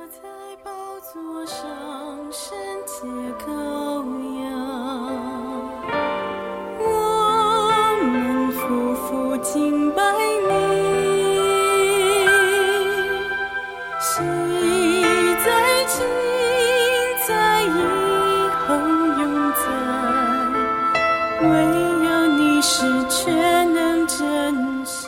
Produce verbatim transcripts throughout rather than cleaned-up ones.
在宝座上圣洁羔羊，我们夫妇敬拜你，喜在今在以后永在，唯有你是全能真神。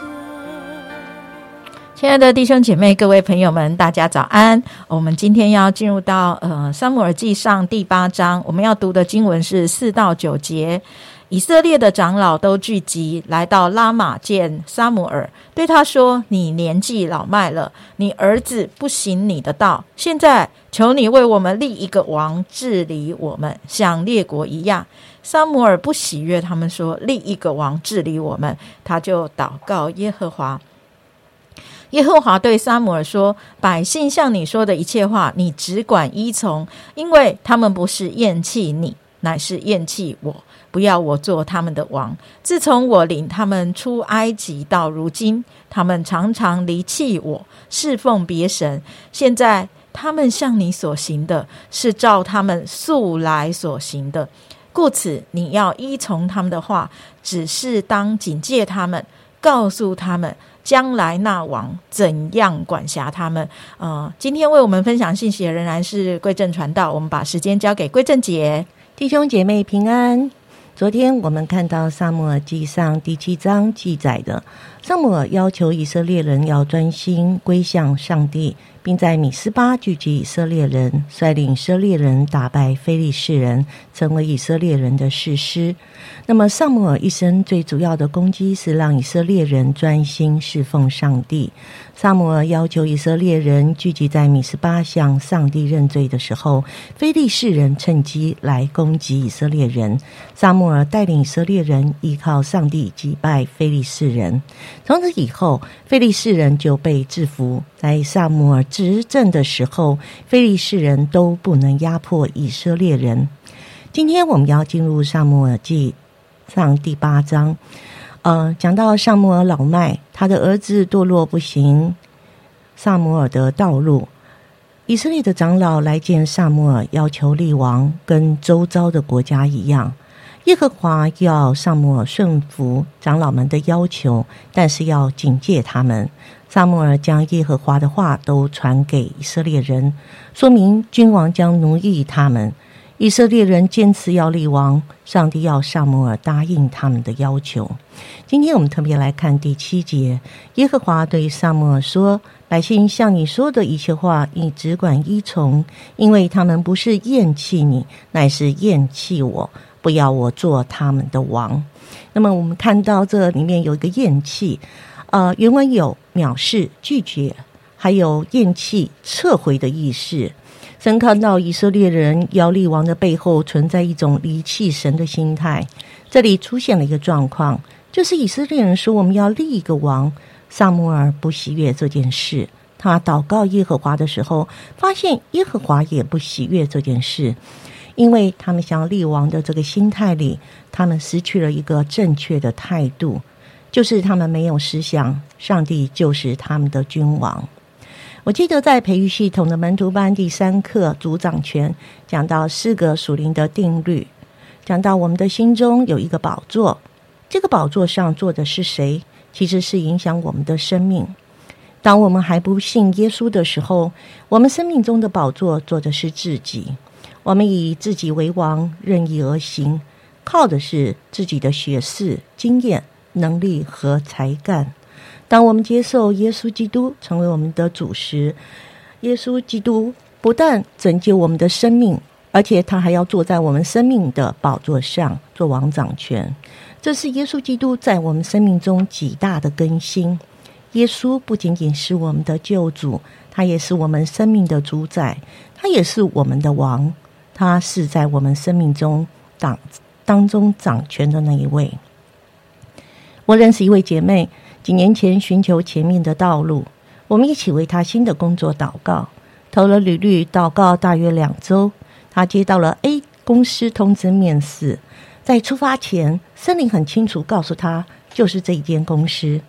亲爱的弟兄姐妹，各位朋友们，大家早安。我们今天要进入到呃撒母耳记上第八章，我们要读的经文是四到九节。以色列的长老都聚集，来到拉玛见撒母耳，对他说：你年纪老迈了，你儿子不行你的道，现在求你为我们立一个王治理我们，像列国一样。撒母耳不喜悦他们说立一个王治理我们，他就祷告耶和华。耶和华对撒母耳说：百姓向你说的一切话，你只管依从，因为他们不是厌弃你，乃是厌弃我，不要我做他们的王。自从我领他们出埃及到如今，他们常常离弃我，侍奉别神。现在他们向你所行的，是照他们素来所行的，故此你要依从他们的话，只是当警戒他们，告诉他们将来那王怎样管辖他们。呃，今天为我们分享信息的仍然是贵正传道，我们把时间交给贵正姐。 弟兄姐妹平安。昨天我们看到撒母耳记上第七章记载的，撒母耳要求以色列人要专心归向上帝，并在米斯巴聚集以色列人，率领以色列人打败非利士人，成为以色列人的士师。那么撒母耳一生最主要的攻击是让以色列人专心侍奉上帝。撒母耳要求以色列人聚集在米斯巴向上帝认罪的时候，非利士人趁机来攻击以色列人。撒母耳带领以色列人依靠上帝击败非利士人，从此以后非利士人就被制服。在撒母耳执政的时候，非利士人都不能压迫以色列人。今天我们要进入撒母耳记上第八章，呃，讲到撒母耳老迈，他的儿子堕落不行撒母耳的道路。以色列的长老来见撒母耳，要求立王，跟周遭的国家一样。耶和华要撒母耳顺服长老们的要求，但是要警戒他们。撒母耳将耶和华的话都传给以色列人，说明君王将奴役他们。以色列人坚持要立王，上帝要撒母耳答应他们的要求。今天我们特别来看第七节，耶和华对撒母耳说：百姓向你说的一切话，你只管依从，因为他们不是厌弃你，乃是厌弃我，不要我做他们的王。那么我们看到这里面有一个厌弃，呃，原文有藐视、拒绝，还有厌弃、撤回的意思。神看到以色列人要立王的背后存在一种离弃神的心态，这里出现了一个状况，就是以色列人说我们要立一个王，撒母耳不喜悦这件事。他祷告耶和华的时候，发现耶和华也不喜悦这件事，因为他们想要立王的这个心态里，他们失去了一个正确的态度，就是他们没有思想上帝就是他们的君王。我记得在培育系统的门徒班第三课主掌权，讲到四个属灵的定律，讲到我们的心中有一个宝座，这个宝座上坐的是谁，其实是影响我们的生命。当我们还不信耶稣的时候，我们生命中的宝座坐的是自己，我们以自己为王，任意而行，靠的是自己的学识、经验、能力和才干。当我们接受耶稣基督成为我们的主时，耶稣基督不但拯救我们的生命，而且他还要坐在我们生命的宝座上做王掌权。这是耶稣基督在我们生命中极大的更新。耶稣不仅仅是我们的救主，他也是我们生命的主宰，他也是我们的王，他是在我们生命中当当中掌权的那一位。我认识一位姐妹，几年前寻求前面的道路，我们一起为她新的工作祷告，投了履历，祷告大约两周，她接到了 A 公司通知面试。在出发前，圣灵很清楚告诉她，就是这一间公司。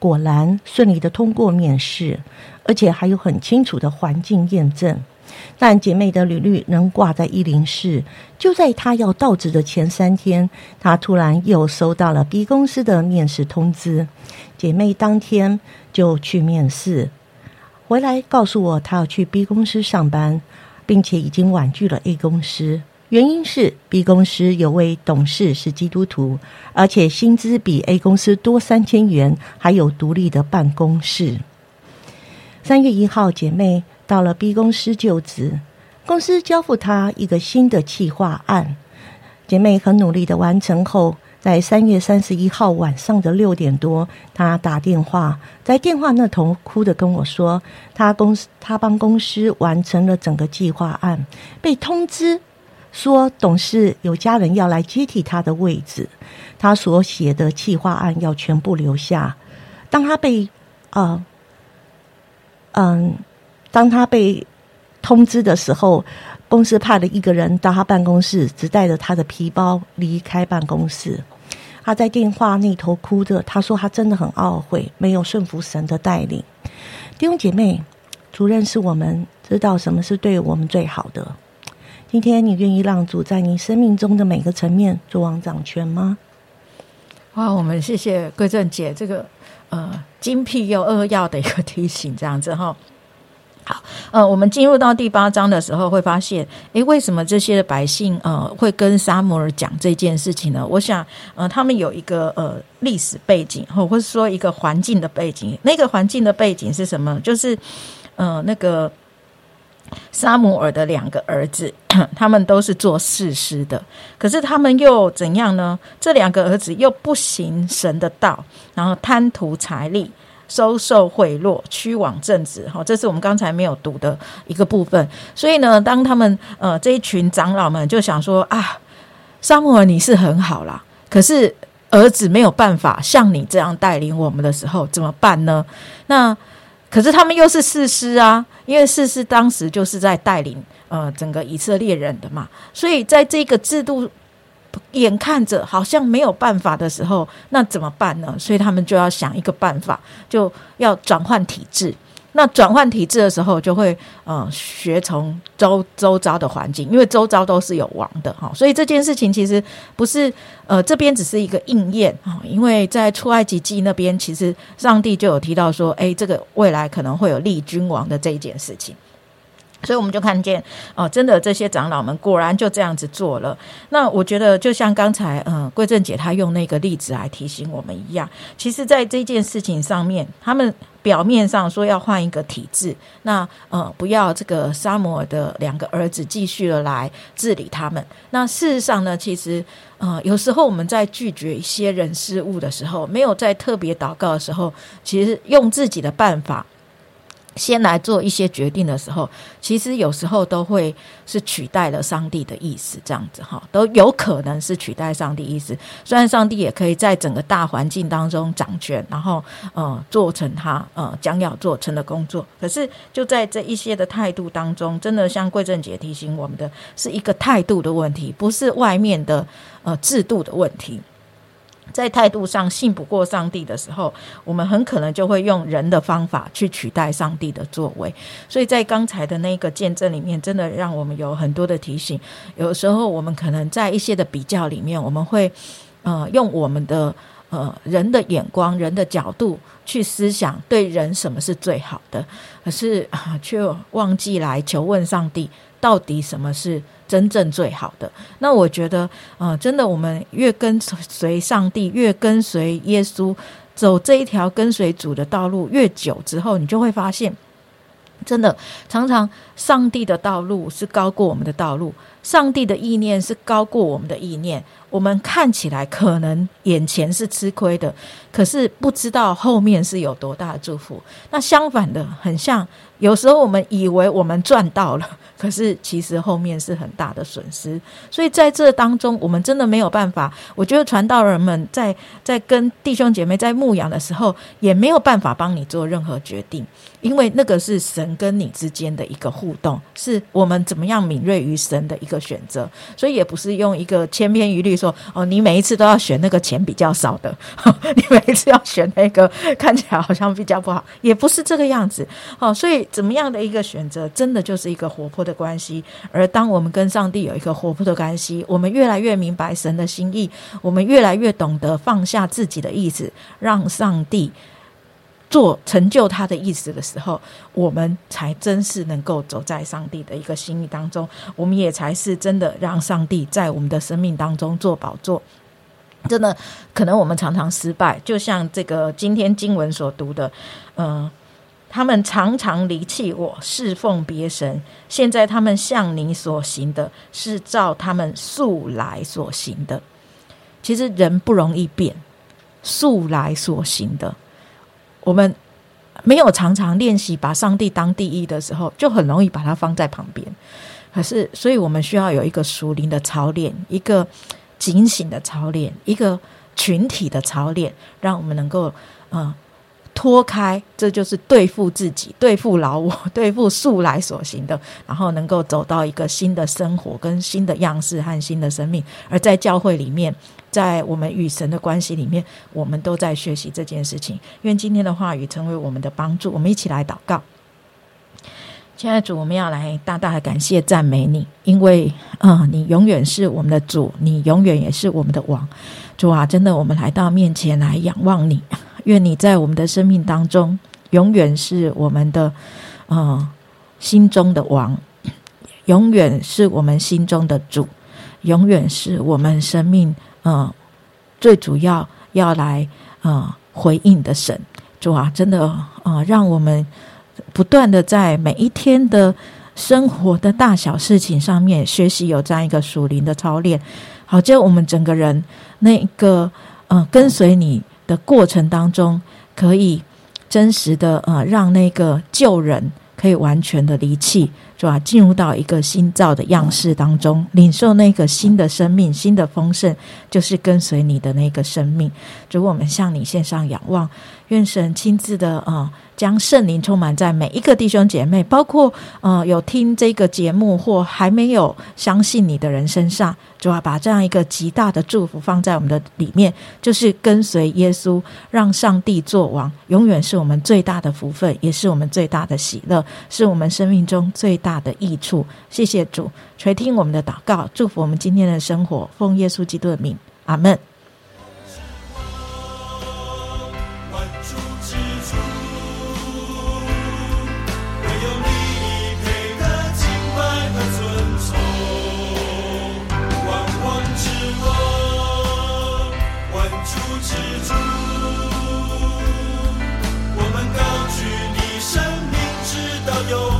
果然顺利的通过面试，而且还有很清楚的环境验证。但姐妹的履历仍挂在一零四，就在她要到职的前三天，她突然又收到了 B 公司的面试通知。姐妹当天就去面试，回来告诉我她要去 B 公司上班，并且已经婉拒了 A 公司。原因是 B 公司有位董事是基督徒，而且薪资比 A 公司多三千元，还有独立的办公室。三月一号，姐妹到了 B 公司就职，公司交付她一个新的企划案，姐妹很努力的完成后，在三月三十一号晚上的六点多，她打电话，在电话那头哭的跟我说，她公司她帮公司完成了整个计划案，被通知说董事有家人要来接替他的位置，他所写的企划案要全部留下。当他被呃嗯，当他被通知的时候，公司派了一个人到他办公室，只带着他的皮包离开办公室。他在电话那头哭着，他说他真的很懊悔，没有顺服神的带领。弟兄姐妹，主认识我们，知道什么是对我们最好的。今天你愿意让主在你生命中的每个层面做王掌权吗？ 哇，我们谢谢桂正姐这个呃精辟又扼要的一个提醒，这样子哈。好，呃，我们进入到第八章的时候，会发现，诶，为什么这些的百姓呃会跟撒母耳讲这件事情呢？我想，呃，他们有一个呃历史背景，或者说一个环境的背景。那个环境的背景是什么？就是呃那个撒母耳的两个儿子，他们都是做士师的，可是他们又怎样呢？这两个儿子又不行神的道，然后贪图财力，收受贿赂，屈枉正直，这是我们刚才没有读的一个部分。所以呢，当他们呃这一群长老们就想说啊，撒母耳你是很好啦，可是儿子没有办法像你这样带领我们的时候，怎么办呢？那可是他们又是士师啊，因为士师当时就是在带领呃整个以色列人的嘛，所以在这个制度眼看着好像没有办法的时候，那怎么办呢？所以他们就要想一个办法，就要转换体制。那转换体制的时候，就会呃学从周周遭的环境，因为周遭都是有王的哈，所以这件事情其实不是呃这边只是一个应验哈，因为在出埃及记那边，其实上帝就有提到说，哎，这个未来可能会有立君王的这一件事情。所以我们就看见哦、呃，真的这些长老们果然就这样子做了。那我觉得就像刚才嗯桂正姐她用那个例子来提醒我们一样，其实在这件事情上面，他们表面上说要换一个体制，那呃不要这个撒母耳的两个儿子继续的来治理他们。那事实上呢，其实呃有时候我们在拒绝一些人事物的时候，没有在特别祷告的时候，其实用自己的办法先来做一些决定的时候，其实有时候都会是取代了上帝的意思，这样子哈，都有可能是取代上帝意思。虽然上帝也可以在整个大环境当中掌权，然后呃做成他呃将要做成的工作，可是就在这一些的态度当中，真的像桂正姐提醒我们的，是一个态度的问题，不是外面的呃制度的问题。在态度上信不过上帝的时候，我们很可能就会用人的方法去取代上帝的作为。所以在刚才的那个见证里面，真的让我们有很多的提醒。有时候我们可能在一些的比较里面，我们会呃用我们的呃人的眼光、人的角度去思想对人什么是最好的，可是、呃、却忘记来求问上帝到底什么是真正最好的。那我觉得呃，真的我们越跟随上帝，越跟随耶稣，走这一条跟随主的道路越久之后，你就会发现真的常常上帝的道路是高过我们的道路，上帝的意念是高过我们的意念。我们看起来可能眼前是吃亏的，可是不知道后面是有多大的祝福。那相反的，很像有时候我们以为我们赚到了，可是其实后面是很大的损失。所以在这当中，我们真的没有办法，我觉得传道人们在在跟弟兄姐妹在牧养的时候，也没有办法帮你做任何决定，因为那个是神跟你之间的一个互动，是我们怎么样敏锐于神的一个选择，所以也不是用一个千篇一律说哦，你每一次都要选那个钱比较少的，你每一次要选那个看起来好像比较不好，也不是这个样子。哦，所以怎么样的一个选择，真的就是一个活泼的关系。而当我们跟上帝有一个活泼的关系，我们越来越明白神的心意，我们越来越懂得放下自己的意思，让上帝做成就他的意思的时候，我们才真是能够走在上帝的一个心意当中，我们也才是真的让上帝在我们的生命当中做宝座。真的可能我们常常失败，就像这个今天经文所读的，呃他们常常离弃我，侍奉别神，现在他们向你所行的是照他们素来所行的。其实人不容易变，素来所行的，我们没有常常练习把上帝当第一的时候，就很容易把它放在旁边。可是所以我们需要有一个属灵的操练，一个警醒的操练，一个群体的操练，让我们能够呃脱开，这就是对付自己，对付老我，对付素来所行的，然后能够走到一个新的生活跟新的样式和新的生命。而在教会里面，在我们与神的关系里面，我们都在学习这件事情。愿今天的话语成为我们的帮助，我们一起来祷告。亲爱的主，我们要来大大的感谢赞美你，因为、呃、你永远是我们的主，你永远也是我们的王。主啊，真的我们来到面前来仰望你，愿你在我们的生命当中永远是我们的、呃、心中的王，永远是我们心中的主，永远是我们生命、呃、最主要要来、呃、回应的神。主啊，真的、呃、让我们不断的在每一天的生活的大小事情上面学习有这样一个属灵的操练，好叫我们整个人那个、呃、跟随你的过程当中，可以真实的、呃、让那个旧人可以完全的离弃，是吧？进入到一个新造的样式当中，领受那个新的生命，新的丰盛，就是跟随你的那个生命。如果我们向你献上仰望，愿神亲自的呃将圣灵充满在每一个弟兄姐妹，包括呃有听这个节目或还没有相信你的人身上，主要把这样一个极大的祝福放在我们的里面，就是跟随耶稣，让上帝作王，永远是我们最大的福分，也是我们最大的喜乐，是我们生命中最大的益处。谢谢主垂听我们的祷告，祝福我们今天的生活，奉耶稣基督的名，阿们。 我们高举你生命，直到永